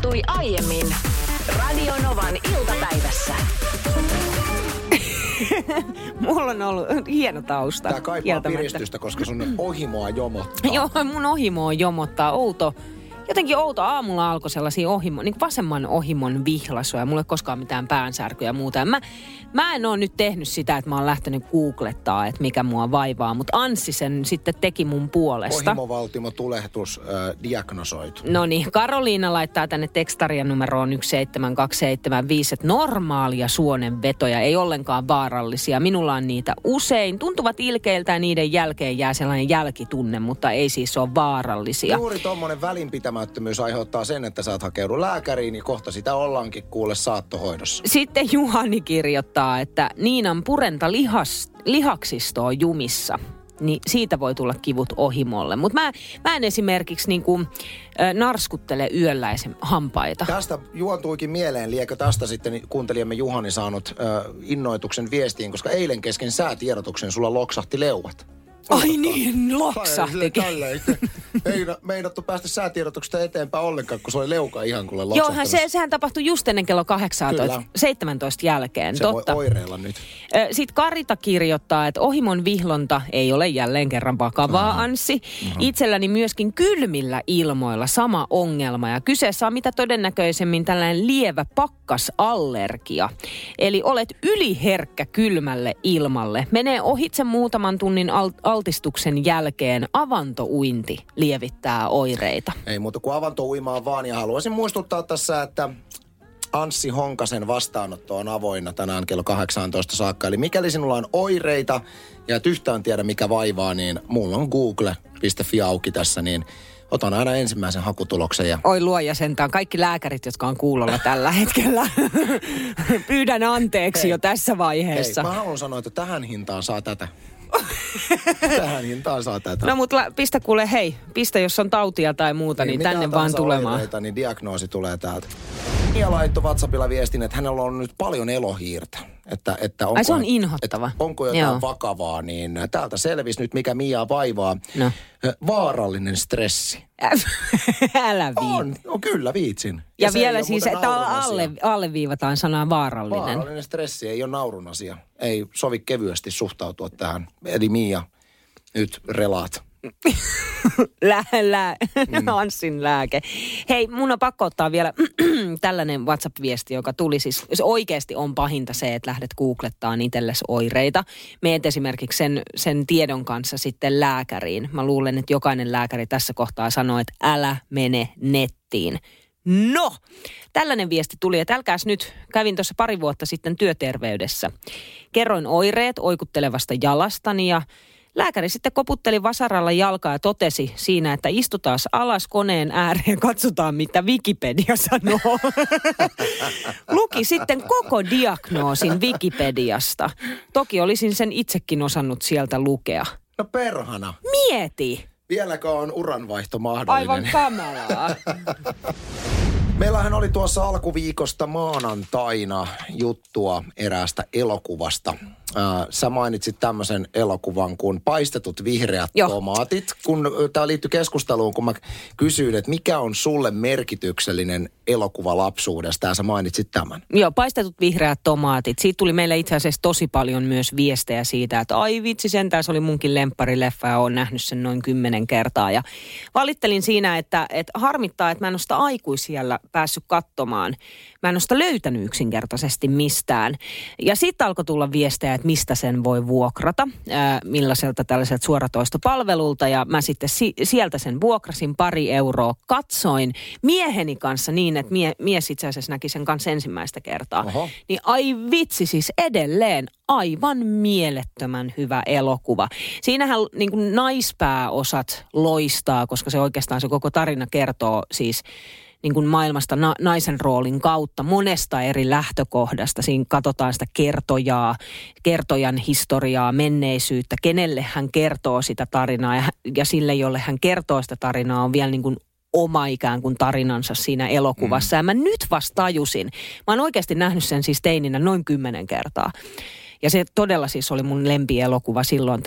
tapahtui aiemmin Radio Novan iltapäivässä. Mulla on ollut hieno tausta. Tää kaipaa piristystä, koska sun ohimoa jomottaa. Joo, mun ohimoa jomottaa. Jotenkin outo. Aamulla alkoi sellaisia niin vasemman ohimon vihlasuja. Ja mulla ei koskaan mitään päänsärkyä ja muuta. Mä en oo nyt tehnyt sitä, että mä oon lähtenyt googlettaa, että mikä mua vaivaa. Mutta Anssi sen sitten teki mun puolesta. Ohimovaltimotulehdus diagnosoitu. No niin, Karoliina laittaa tänne tekstarian numeroon 17275, että normaalia suonenvetoja, ei ollenkaan vaarallisia. Minulla on niitä usein. Tuntuvat ilkeiltä ja niiden jälkeen jää sellainen jälkitunne, mutta ei siis ole vaarallisia. Juuri tommonen välinpitämättömyys aiheuttaa sen, että sä oot hakeudu lääkäriin, niin kohta sitä ollaankin kuule saattohoidossa. Sitten Juhani kirjoittaa, että Niinan purenta lihaksisto on jumissa. Niin siitä voi tulla kivut ohimolle. Mutta mä en esimerkiksi narskuttele yöllä hampaita. Tästä juontuikin mieleen, liekö tästä sitten kuuntelijamme Juhani saanut innoituksen viestiin, koska eilen kesken säätiedotuksen sulla loksahti leuat. Ai niin, loksahtikin. Ei meinattu päästä säätiedotuksesta eteenpäin ollenkaan, kun se oli leuka ihan kuule loksahtamassa. Joo, sehän tapahtui just ennen kello 17 jälkeen. Se totta. Voi oireilla nyt. Sitten Karita kirjoittaa, että ohimon vihlonta ei ole jälleen kerran vakavaa, Anssi. Itselläni myöskin kylmillä ilmoilla sama ongelma. Ja kyseessä on mitä todennäköisemmin tällainen lievä pakkasallergia. Eli olet yliherkkä kylmälle ilmalle. Menee ohitse muutaman tunnin altistuksen jälkeen avantouinti lievittää oireita. Ei muuta kuin avantouimaan vaan, ja haluaisin muistuttaa tässä, että Anssi Honkasen vastaanotto on avoinna tänään kello 18 saakka. Eli mikäli sinulla on oireita ja et yhtään tiedä mikä vaivaa, niin mulla on google.fi auki tässä, niin otan aina ensimmäisen hakutuloksen. Ja oi luoja sentään, kaikki lääkärit, jotka on kuulolla tällä hetkellä. Pyydän anteeksi jo tässä vaiheessa. Hei, mä haluan sanoa, että tähän hintaan saa tätä. Tähän hintaan saa tätä. No mutta pistä jos on tautia tai muuta, niin tänne vaan tulemaan. Oireita, niin diagnoosi tulee täältä. Mia laittoi WhatsAppilla viestin, että hänellä on nyt paljon elohiirtä. Että onko, se on inhottava. Onko jotain vakavaa, niin täältä selvisi nyt mikä Miaa vaivaa. No. Vaarallinen stressi. Älä viitsi. No kyllä viitsin. Ja vielä siis, että alleviivataan sanaa vaarallinen. Vaarallinen stressi ei ole naurun asia. Ei sovi kevyesti suhtautua tähän. Eli Mia, nyt relaat. Anssin lääke. Hei, mun on pakko ottaa vielä tällainen WhatsApp-viesti, joka tuli siis, oikeasti on pahinta se, että lähdet googlettaan itsellesi oireita. Meet esimerkiksi sen tiedon kanssa sitten lääkäriin. Mä luulen, että jokainen lääkäri tässä kohtaa sanoo, että älä mene nettiin. No, tällainen viesti tuli, että älkääs nyt, kävin tuossa pari vuotta sitten työterveydessä. Kerroin oireet oikuttelevasta jalastani ja lääkäri sitten koputteli vasaralla jalkaa ja totesi siinä, että istutaan alas koneen ääreen, katsotaan mitä Wikipedia sanoo. Luki sitten koko diagnoosin Wikipediasta. Toki olisin sen itsekin osannut sieltä lukea. No perhana. Mieti. Vieläkö on uranvaihto mahdollinen? Aivan kamalaa. Meillähän oli tuossa alkuviikosta maanantaina juttua eräästä elokuvasta. Sä mainitsit tämmöisen elokuvan kuin Paistetut vihreät tomaatit. Kun tämä liittyi keskusteluun, kun mä kysyin, että mikä on sulle merkityksellinen elokuva lapsuudesta, ja sä mainitsit tämän. Joo, Paistetut vihreät tomaatit. Siitä tuli meille itse asiassa tosi paljon myös viestejä siitä, että ai vitsi sentään, se oli munkin lempparileffa ja oon nähnyt sen noin 10 kertaa. Ja valittelin siinä, että harmittaa, että mä en ole sitä aikuisiällä päässyt katsomaan. Mä en ole sitä löytänyt yksinkertaisesti mistään. Ja sitten alkoi tulla viestejä, että mistä sen voi vuokrata, millaiselta tällaiselta suoratoistopalvelulta. Ja mä sitten sieltä sen vuokrasin 2 euroa. Katsoin mieheni kanssa niin, että mies itse asiassa näki sen kanssa ensimmäistä kertaa. Oho. Niin ai vitsi, siis edelleen aivan mielettömän hyvä elokuva. Siinähän niin kuin naispääosat loistaa, koska se oikeastaan se koko tarina kertoo siis niin kuin maailmasta naisen roolin kautta monesta eri lähtökohdasta. Siinä katsotaan sitä kertojan historiaa, menneisyyttä, kenelle hän kertoo sitä tarinaa ja sille, jolle hän kertoo sitä tarinaa, on vielä niin kuin oma ikään kuin tarinansa siinä elokuvassa. Ja mä nyt vasta tajusin. Mä oon oikeasti nähnyt sen siis teininä noin 10 kertaa. Ja se todella siis oli mun lempielokuva silloin. Tällainen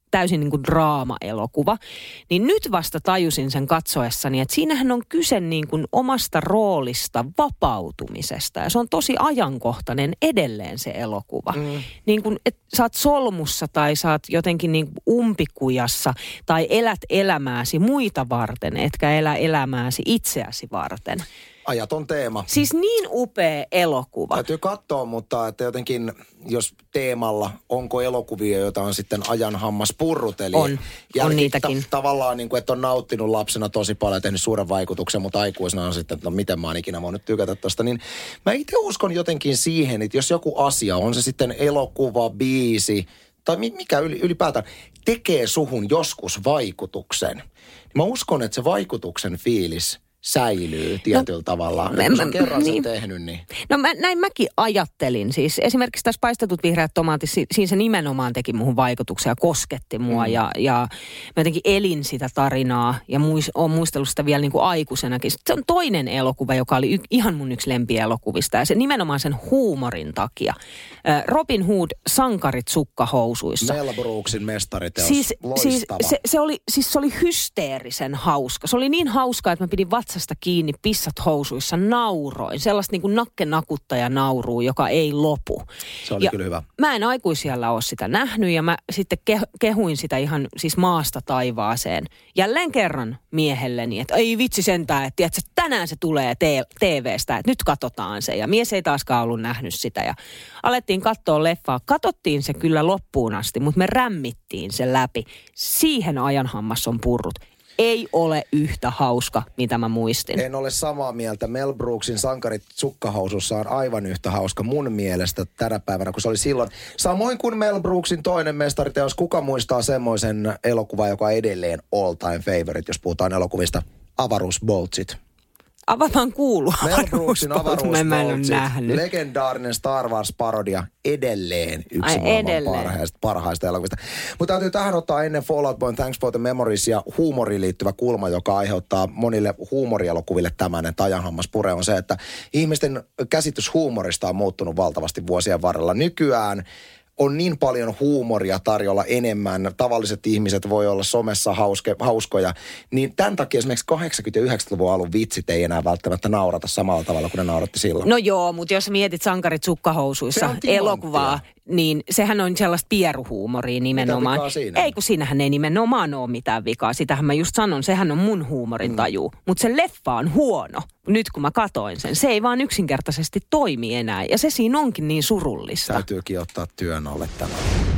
täysin niin kuin draama-elokuva. Niin nyt vasta tajusin sen katsoessani, että siinähän on kyse niin kuin omasta roolista vapautumisesta. Ja se on tosi ajankohtainen edelleen se elokuva. Niin kuin, että sä oot solmussa tai sä oot jotenkin niin kuin umpikujassa tai elät elämääsi muita varten, etkä elä elämääsi itseäsi varten. Ajaton teema. Siis niin upea elokuva. Täytyy katsoa, mutta että jotenkin, jos teemalla, onko elokuvia, joita on sitten ajan hammas purrut. Eli on niitäkin. Tavallaan niin kuin, että on nauttinut lapsena tosi paljon ja tehnyt suuren vaikutuksen, mutta aikuisena on sitten, että no miten mä oon ikinä voinut tykätä tosta. Niin mä itse uskon jotenkin siihen, että jos joku asia, on se sitten elokuva, biisi tai mikä ylipäätään, tekee suhun joskus vaikutuksen. Niin mä uskon, että se vaikutuksen fiilis säilyy tietyllä tavalla. Kun on kerran sen tehnyt, niin... No näin mäkin ajattelin. Siis esimerkiksi tässä paistetut vihreät tomaatit, siinä se nimenomaan teki muhun vaikutuksia, kosketti mua ja mä jotenkin elin sitä tarinaa ja oon muistellut sitä vielä niin kuin aikuisenakin. Se on toinen elokuva, joka oli ihan mun yksi lempielokuvista ja se nimenomaan sen huumorin takia. Robin Hood, Sankarit sukkahousuissa. Mel Brooksin mestariteos. Loistava. Se oli hysteerisen hauska. Se oli niin hauska, että mä pidin vatsasta kiinni, pissat housuissa, nauroin. Sellaista niin kuin nakke-nakuttaja nauruu, joka ei lopu. Se oli kyllä hyvä. Mä en aikuisiällä ole sitä nähnyt ja mä sitten kehuin sitä ihan siis maasta taivaaseen. Jälleen kerran miehelleni, että ei vitsi sentään, että tiedätkö, tänään se tulee TV:stä, että nyt katsotaan se. Ja mies ei taaskaan ollut nähnyt sitä ja alettiin katsoa leffaa. Katsottiin se kyllä loppuun asti, mutta me rämmittiin se läpi. Siihen ajan hammas on purrut. Ei ole yhtä hauska, mitä mä muistin. En ole samaa mieltä. Mel Brooksin Sankarit sukkahousussa on aivan yhtä hauska mun mielestä tänä päivänä, kun se oli silloin. Samoin kuin Mel Brooksin toinen mestariteos. Kuka muistaa semmoisen elokuvan, joka on edelleen all time favorite, jos puhutaan elokuvista? Avaruusboltsit. Avataan kuulu. Mel Brooksin Avaruusboltsit. Legendaarinen Star Wars-parodia. Edelleen yksi maailman parhaista elokuvista. Mutta täytyy tähän ottaa ennen Fallout Boy, Thanks for the Memories ja huumoriin liittyvä kulma, joka aiheuttaa monille huumorielokuville tämän, että ajanhammas pure on se, että ihmisten käsitys huumorista on muuttunut valtavasti vuosien varrella. Nykyään on niin paljon huumoria tarjolla enemmän. Tavalliset ihmiset voi olla somessa hauskoja. Niin tämän takia esimerkiksi 80- ja 90-luvun alun vitsit ei enää välttämättä naurata samalla tavalla kuin ne nauratti silloin. No joo, mutta jos mietit Sankarit sukkahousuissa elokuvaa, niin sehän on sellaista pieruhuumoria nimenomaan. Mitä vikaa siinä? Ei, kun siinähän ei nimenomaan ole mitään vikaa. Sitähän mä just sanon, sehän on mun huumorin taju. Mutta se leffa on huono, nyt kun mä katoin sen. Se ei vaan yksinkertaisesti toimi enää. Ja se siinä onkin niin surullista. Täytyykin ottaa työn alle tämä.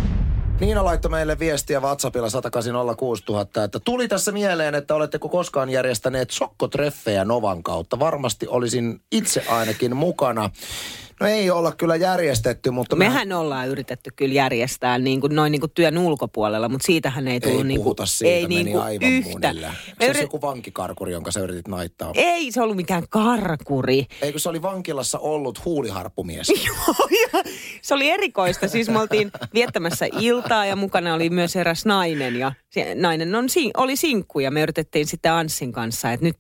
Niina laittoi meille viestiä WhatsAppilla 1806000, että tuli tässä mieleen, että oletteko koskaan järjestäneet sokkotreffejä Novan kautta. Varmasti olisin itse ainakin mukana. No ei olla kyllä järjestetty, mutta... Mehän ollaan yritetty kyllä järjestää niin kuin, noin niin kuin työn ulkopuolella, mutta siitähän ei tullut ei puhuta siitä, ei meni niin aivan yhtä. munille. Se olisi joku vankikarkuri, jonka sä yritit naittaa. Ei se ollut mikään karkuri. Eikö se oli vankilassa ollut huuliharppumies? Joo, se oli erikoista. Siis me oltiin viettämässä iltaa ja mukana oli myös eräs nainen. Ja se nainen oli sinkku ja me yritettiin sitten Anssin kanssa, että nyt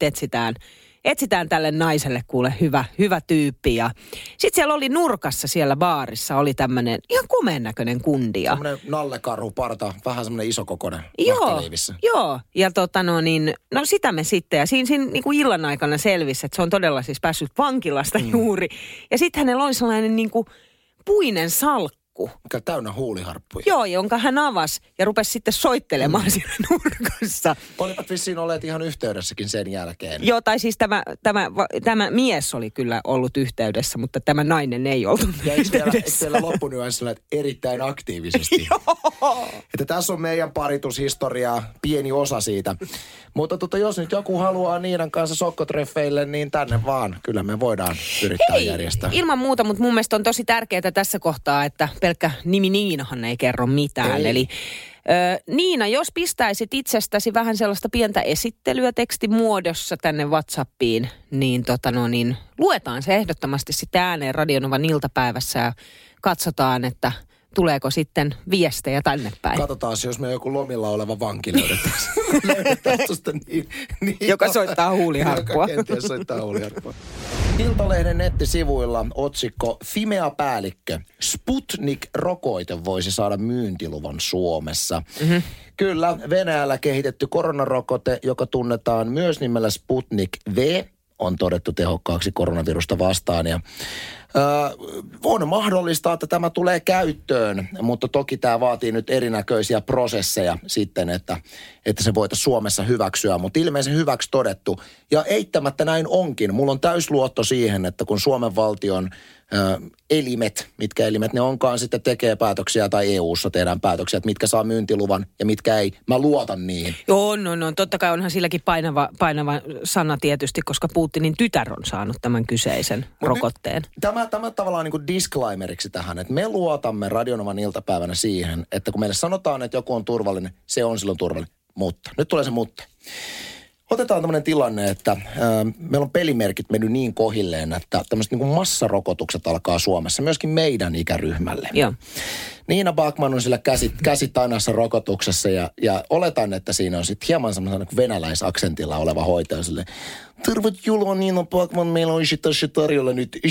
etsitään tälle naiselle kuule hyvä tyyppi. Ja sitten siellä oli nurkassa siellä baarissa, oli tämmöinen ihan komeen näköinen kundi. Semmoinen nallekarhu parta, vähän semmoinen isokokoinen nahkaleivissä. Joo, ja no sitä me sitten. Ja siinä niin kuin illan aikana selvisi, että se on todella siis päässyt vankilasta juuri. Ja sitten hänellä oli sellainen niin kuin puinen salkku. Mikä täynnä huuliharppuja. Joo, jonka hän avasi ja rupesi sitten soittelemaan siellä nurkassa. Olivat vissiin olleet ihan yhteydessäkin sen jälkeen. Joo, tai siis tämä mies oli kyllä ollut yhteydessä, mutta tämä nainen ei ollut yhteydessä. Eikö siellä loppunyansilla erittäin aktiivisesti? Joo. Että tässä on meidän paritushistoriaa, pieni osa siitä. Mutta jos nyt joku haluaa Niinan kanssa sokkotreffeille, niin tänne vaan. Kyllä me voidaan yrittää järjestää. Ilman muuta, mutta mun mielestä on tosi tärkeää tässä kohtaa, että pelkkä nimi Niinahan ei kerro mitään. Ei. Eli Niina, jos pistäisit itsestäsi vähän sellaista pientä esittelyä tekstimuodossa tänne WhatsAppiin, niin, luetaan se ehdottomasti sitten ääneen Radio Novan iltapäivässä ja katsotaan, että tuleeko sitten viestejä tänne päin. Katsotaan, jos me joku lomilla oleva vanki löydettäisiin tuosta niin joka soittaa huuliharppua. Joka kenties soittaa huuliharppua. Iltalehden nettisivuilla otsikko Fimea päällikkö. Sputnik-rokoite voisi saada myyntiluvan Suomessa. Mm-hmm. Kyllä, Venäjällä kehitetty koronarokote, joka tunnetaan myös nimellä Sputnik V, on todettu tehokkaaksi koronavirusta vastaan. Ja on mahdollista, että tämä tulee käyttöön, mutta toki tämä vaatii nyt erinäköisiä prosesseja sitten, että se voitaisiin Suomessa hyväksyä, mutta ilmeisen hyväksi todettu. Ja eittämättä näin onkin. Mulla on täysluotto siihen, että kun Suomen valtion elimet, mitkä elimet ne onkaan, sitten tekee päätöksiä tai EU:ssa tehdään päätöksiä, että mitkä saa myyntiluvan ja mitkä ei. Mä luotan niihin. Joo, no. Totta kai onhan silläkin painava sana tietysti, koska Putinin tytär on saanut tämän kyseisen rokotteen. Tämä tavallaan niin kuin disclaimeriksi tähän, että me luotamme Radionovan iltapäivänä siihen, että kun meille sanotaan, että joku on turvallinen, se on silloin turvallinen. Mutta, nyt tulee se mutta. Otetaan tämmöinen tilanne, että meillä on pelimerkit mennyt niin kohilleen, että tämmöiset niin kuin massarokotukset alkaa Suomessa, myöskin meidän ikäryhmälle. Joo. Niina Backman on sillä käsitainassa rokotuksessa ja oletan, että siinä on sitten hieman semmoinen niin venäläisaksentilla oleva hoitaja silleen, tervet Julo, Niina Backman, meillä on tässä tarjolla nyt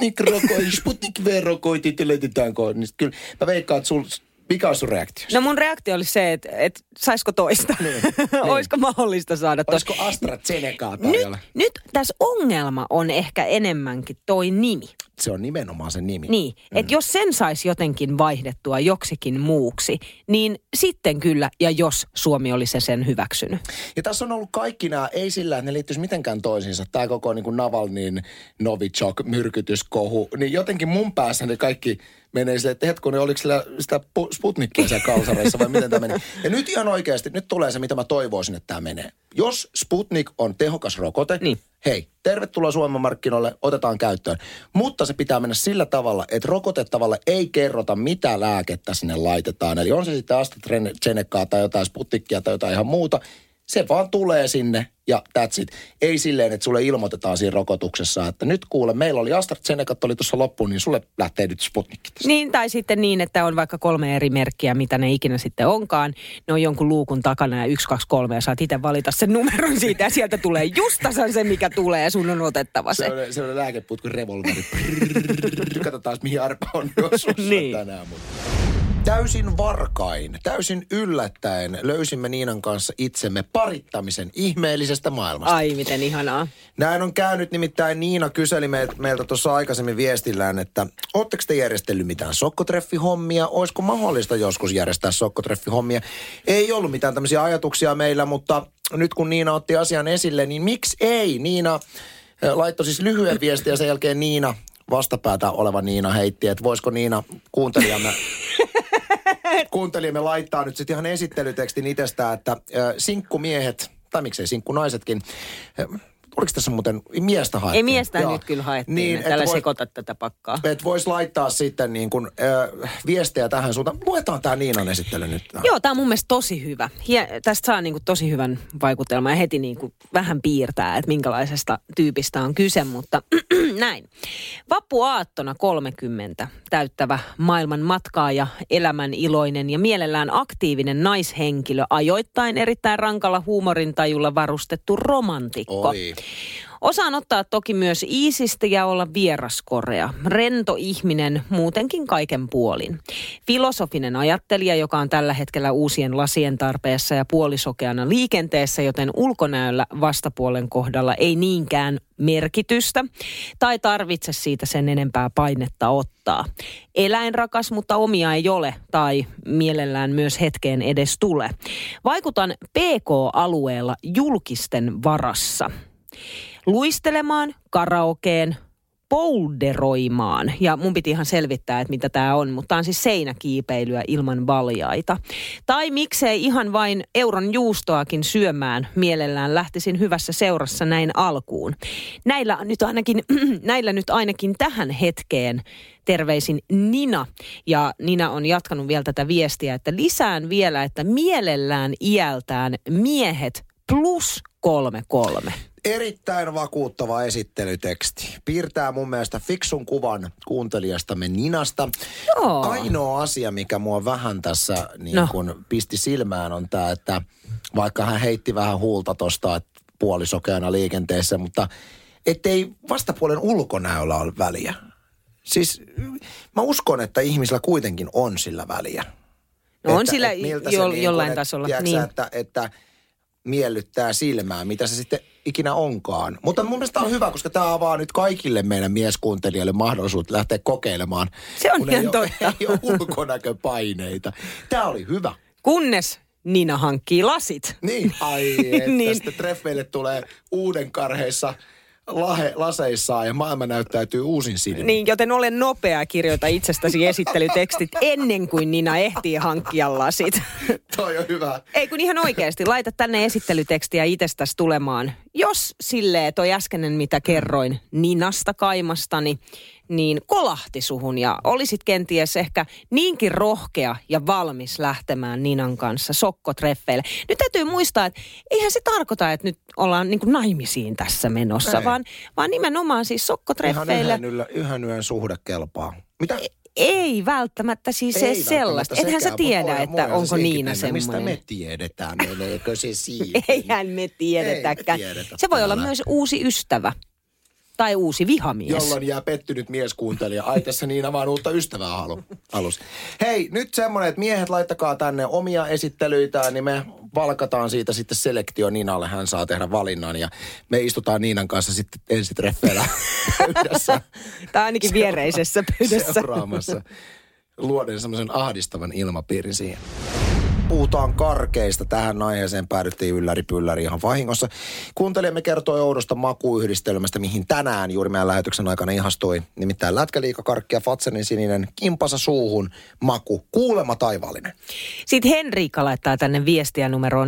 Sputnik V-rokoitit ja laitetaanko. Niin kyllä mä veikkaan, että mikä on sun reaktio? No mun reaktio oli se, että saisiko toista? Olisiko mahdollista saada toista? Olisiko AstraZenecaa tarjolla? Nyt tässä ongelma on ehkä enemmänkin toi nimi. Se on nimenomaan se nimi. Niin, että jos sen saisi jotenkin vaihdettua joksikin muuksi, niin sitten kyllä, ja jos Suomi olisi sen hyväksynyt. Ja tässä on ollut kaikki nämä, ei sillä, että ne liittyisi mitenkään toisiinsa. Tämä koko niin kuin Navalnin Novichok-myrkytyskohu, niin jotenkin mun päässä ne kaikki menee silleen, että hetkonen, oliko sitä Sputnikia siellä kalsareissa vai miten tämä meni. Ja nyt ihan oikeasti, nyt tulee se, mitä mä toivoisin, että tämä menee. Jos Sputnik on tehokas rokote, niin hei, tervetuloa Suomen markkinoille, otetaan käyttöön. Mutta se pitää mennä sillä tavalla, että rokotettavalle ei kerrota, mitä lääkettä sinne laitetaan. Eli on se sitten AstraZenecaa tai jotain Sputnikia tai jotain ihan muuta. Se vaan tulee sinne ja that's it. Ei silleen, että sulle ilmoitetaan siinä rokotuksessa, että nyt kuule, meillä oli AstraZeneca, oli tuossa loppuun, niin sulle lähtee nyt Sputnikki. Niin, tai sitten niin, että on vaikka 3 eri merkkiä, mitä ne ikinä sitten onkaan. Ne on jonkun luukun takana ja 1, 2, 3 ja saat itse valita sen numeron siitä ja sieltä tulee just tasan se, mikä tulee ja sun on otettava se. Se on lääkeputku revolveri. Katsotaan, mihin arpa on osussa tänään. Täysin varkain, täysin yllättäen löysimme Niinan kanssa itsemme parittamisen ihmeellisestä maailmasta. Ai, miten ihanaa. Näin on käynyt, nimittäin Niina kyseli meiltä tuossa aikaisemmin viestillään, että ootteko te järjestellyt mitään sokkotreffihommia? Olisiko mahdollista joskus järjestää sokkotreffihommia? Ei ollut mitään tämmöisiä ajatuksia meillä, mutta nyt kun Niina otti asian esille, niin miksi ei? Niina laittoi siis lyhyen viestin ja sen jälkeen Niina, vastapäätä oleva Niina heitti, että voisiko Niina kuuntelijamme laittaa nyt sitten ihan esittelytekstin itsestään, että sinkkumiehet, tai miksei sinkkunaisetkin, oliko tässä muuten miestä haettiin? Ei miestä nyt kyllä haettiin, niin, että älä sekoita tätä pakkaa. Että voisi laittaa sitten niin kuin viestejä tähän suuntaan. Luetaan tämä Niinan esittely nyt. Joo, tämä on mun mielestä tosi hyvä. Tästä saa niin kuin tosi hyvän vaikutelman ja heti niin kuin vähän piirtää, että minkälaisesta tyypistä on kyse, mutta näin. Vappuaattona 30 täyttävä maailman matkaaja, elämän iloinen ja mielellään aktiivinen naishenkilö, ajoittain erittäin rankalla huumorintajulla varustettu romantikko. Oi. Osaan ottaa toki myös iisistä ja olla vieraskorea. Rento ihminen muutenkin kaiken puolin. Filosofinen ajattelija, joka on tällä hetkellä uusien lasien tarpeessa ja puolisokeana liikenteessä, joten ulkonäöllä vastapuolen kohdalla ei niinkään merkitystä tai tarvitse siitä sen enempää painetta ottaa. Eläinrakas, mutta omia ei ole tai mielellään myös hetkeen edes tule. Vaikutan PK-alueella julkisten varassa. Luistelemaan, karaokeen, boulderoimaan. Ja mun piti ihan selvittää, että mitä tää on, mutta tää on siis seinäkiipeilyä ilman valjaita. Tai miksei ihan vain euron juustoakin syömään. Mielellään lähtisin hyvässä seurassa näin alkuun. Näillä nyt ainakin tähän hetkeen terveisin Nina. Ja Nina on jatkanut vielä tätä viestiä, että lisään vielä, että mielellään iältään miehet plus 133. Erittäin vakuuttava esittelyteksti. Piirtää mun mielestä fiksun kuvan kuuntelijastamme Ninasta. Joo. Ainoa asia, mikä mua vähän tässä kun pisti silmään, on tämä, että vaikka hän heitti vähän huulta tuosta puolisokeana liikenteessä, mutta ettei vastapuolen ulkonäöllä ole väliä. Siis mä uskon, että ihmisillä kuitenkin on sillä väliä. No on sillä jollain tasolla. Niin. Että miellyttää silmää, mitä se sitten ikinä onkaan. Mutta mun mielestä on hyvä, koska tämä avaa nyt kaikille meidän mieskuuntelijoille mahdollisuus lähteä kokeilemaan. Se on ihan totta. Ei ole ulkonäköpaineita. Tämä oli hyvä. Kunnes Nina hankkii lasit. Niin, että sitten treffeille tulee uudenkarheissa laseissaan ja maailma näyttäytyy uusin silmin. Niin, joten olen nopea, kirjoita itsestäsi esittelytekstit ennen kuin Nina ehtii hankkia lasit. Toi on hyvä. Ei kun ihan oikeasti, laita tänne esittelytekstiä itsestäsi tulemaan. Jos silleen toi äskeinen, mitä kerroin Ninasta kaimastani, niin kolahti suhun ja olisit kenties ehkä niinkin rohkea ja valmis lähtemään Ninan kanssa sokkotreffeille. Nyt täytyy muistaa, että eihän se tarkoita, että nyt ollaan niin kuin naimisiin tässä menossa, vaan nimenomaan siis sokkotreffeille. Ihan yhden yön suhde kelpaa. Mitä? Ei välttämättä siis se sellaista. Ethän sä tiedä, että onko Niina semmoinen. Mistä me tiedetään? Meneekö se siihen? Eihän me tiedetäkään. Se voi olla myös uusi ystävä. Tai uusi vihamies. Jolloin jää pettynyt mieskuuntelija. Ai tässä Niina vaan uutta ystävää halus. Hei, nyt semmoinen, että miehet laittakaa tänne omia esittelyitään, niin me valkataan siitä sitten selektio Niinalle. Hän saa tehdä valinnan ja me istutaan Niinan kanssa sitten ensitreffeillä pöydässä. Tai ainakin viereisessä pöydässä. Seuraamassa. Luoden semmoisen ahdistavan ilmapiirin siihen. Puhutaan karkeista. Tähän aiheeseen päädyttiin ylläri ihan vahingossa. Kuuntelijamme kertoi oudosta makuyhdistelmästä, mihin tänään juuri meidän lähetyksen aikana ihastui. Nimittäin lätkäliikakarkki ja Fatsenin sininen kimpasa suuhun maku. Kuulema taivaallinen. Sitten Henriikka laittaa tänne viestiä numeroon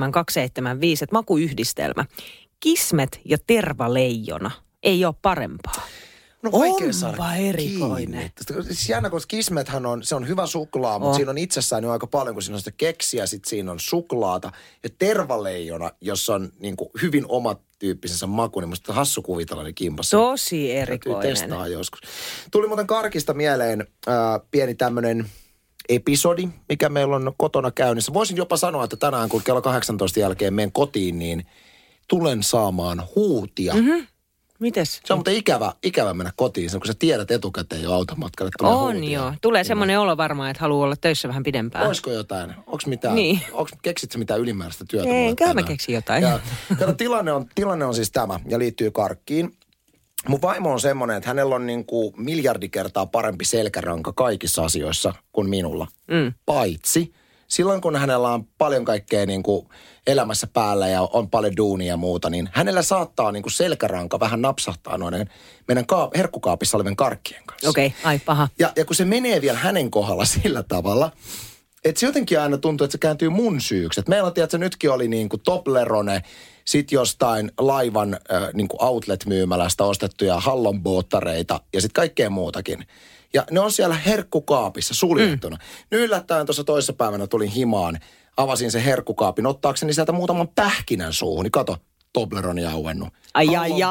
17275, että makuyhdistelmä. Kismet ja tervaleijona. Ei ole parempaa. No vaikea saada onpa erikoinen. Siis jännä, koska kismethän se on hyvä suklaa, mutta siinä on itsessään jo aika paljon, kun siinä on sitä keksiä, sitten siinä on suklaata. Ja tervaleijona, jossa on niin kuin hyvin omat tyyppisensä maku, niin musta hassu kuvitella ne kimpassa. Tosi erikoinen. Täytyy testaa joskus. Tuli muuten karkista mieleen pieni tämmöinen episodi, mikä meillä on kotona käynnissä. Voisin jopa sanoa, että tänään kun kello 18 jälkeen menen kotiin, niin tulen saamaan huutia. Mm-hmm. Mites? Se on muuten ikävä mennä kotiin, kun sä tiedät etukäteen jo automatkalle. On joo. Tulee semmoinen olo varmaan, että haluaa olla töissä vähän pidempään. Olisiko jotain? Onko mitään? Niin. Keksitkö mitään ylimääräistä työtä? Enkä mä keksin jotain. Ja, kato, tilanne on siis tämä ja liittyy karkkiin. Mun vaimo on semmoinen, että hänellä on niin kuin miljardi kertaa parempi selkäranka kaikissa asioissa kuin minulla. Paitsi silloin, kun hänellä on paljon kaikkea niin kuin elämässä päällä ja on paljon duunia ja muuta, niin hänellä saattaa niin kuin selkäranka vähän napsahtaa noiden meidän herkkukaapissa olevien karkkien kanssa. Okei, ai paha. Ja kun se menee vielä hänen kohdalla sillä tavalla, että se jotenkin aina tuntuu, että se kääntyy mun syyksi. Että meillä on, tiedätkö, nytkin oli niin kuin Toblerone, sit jostain laivan niin kuin outlet-myymälästä ostettuja hallonboottareita ja sitten kaikkea muutakin. Ja ne on siellä herkkukaapissa suljettuna. Nyt yllättäen tuossa toisessa päivänä tulin himaan, avasin sen herkkukaapin ottaakseni sieltä muutaman pähkinän suuhun. Niin kato, Toblerone auennut. Ai.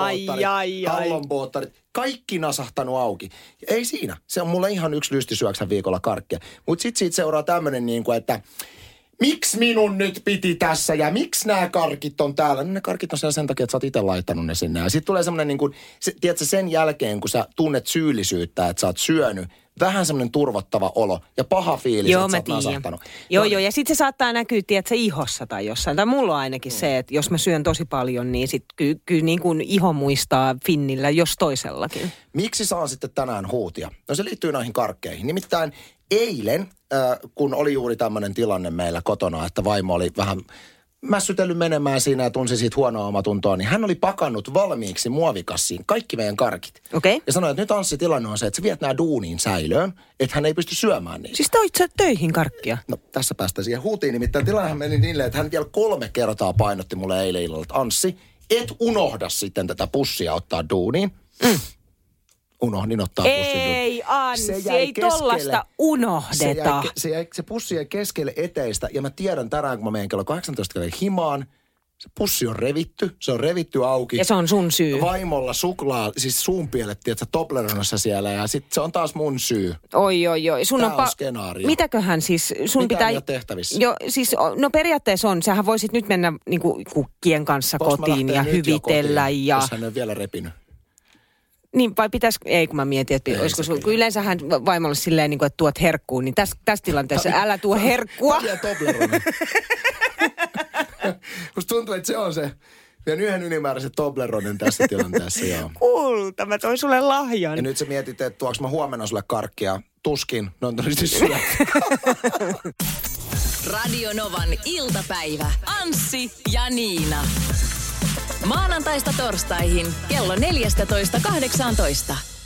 Hallonboottarit, kaikki nasahtanut auki. Ja ei siinä. Se on mulle ihan yksi lystisyöksän viikolla karkkia. Mutta sitten siitä seuraa tämmöinen niin kuin, että miksi minun nyt piti tässä ja miksi nämä karkit on täällä? No ne karkit on siellä sen takia, että sä oot itse laittanut ne sinne. Ja sitten tulee semmoinen niin kuin, tiedätkö, sen jälkeen, kun sä tunnet syyllisyyttä, että sä oot syönyt, vähän semmoinen turvottava olo ja paha fiilis, että sä oot nasahtanut. Joo, ja sitten se saattaa näkyä, tiedätkö, ihossa tai jossain. Tai mulla on ainakin se, että jos mä syön tosi paljon, niin sitten kyllä niin kuin iho muistaa finnillä, jos toisellakin. Miksi saan sitten tänään huutia? No se liittyy näihin karkkeihin. Nimittäin eilen, kun oli juuri tämmöinen tilanne meillä kotona, että vaimo oli vähän mässytellyt menemään siinä ja tunsi siitä huonoa omatuntoa, niin hän oli pakannut valmiiksi muovikassiin kaikki meidän karkit. Okay. Ja sanoi, että nyt Anssi tilanne on se, että sä viet nämä duuniin säilöön, että hän ei pysty syömään niitä. Siis toit sä töihin karkkia? No tässä päästään siihen huutiin, nimittäin tilannehan meni niille, että hän vielä 3 kertaa painotti mulle eilen illalla, että Anssi, et unohda sitten tätä pussia ottaa duuniin. Unohdin ottaa pussin. Ei Anssi, ei tollasta unohdeta. Se pussi jäi keskelle eteistä ja mä tiedän tänään, kun mä menen kello 18 himaan, Se pussi on revitty, se on revitty auki. Ja se on sun syy. Vaimolla suklaa, siis suunpielet, tiedätkö, Tobleronassa siellä ja sitten se on taas mun syy. Oi. Sun Tää on skenaario. Mitäköhän siis sun Mitä pitää... ei ole tehtävissä? Jo, siis, no periaatteessa on. Sähän voisit nyt mennä niinku kukkien kanssa kotiin ja hyvitellä kotiin, ja... jos hän on vielä repinyt. Niin, vai pitäisikö, ei kun mä mietin, että olisiko sun, kun yleensähän vaimolle silleen, niin kuin, että tuot herkkuun, niin tässä tilanteessa älä tuo herkkua. Vielä Toblerone. Musta tuntuu, että se on se, vielä yhden ylimääräisen Tobleronen tässä tilanteessa, joo. Kulta, mä toin sulle lahjan. Ja nyt sä mietit, että tuoks mä huomenna sulle karkkia. Tuskin, ne on todennäköisesti syöt. Radio Novan iltapäivä. Anssi ja Niina. Maanantaista torstaihin kello 14.18.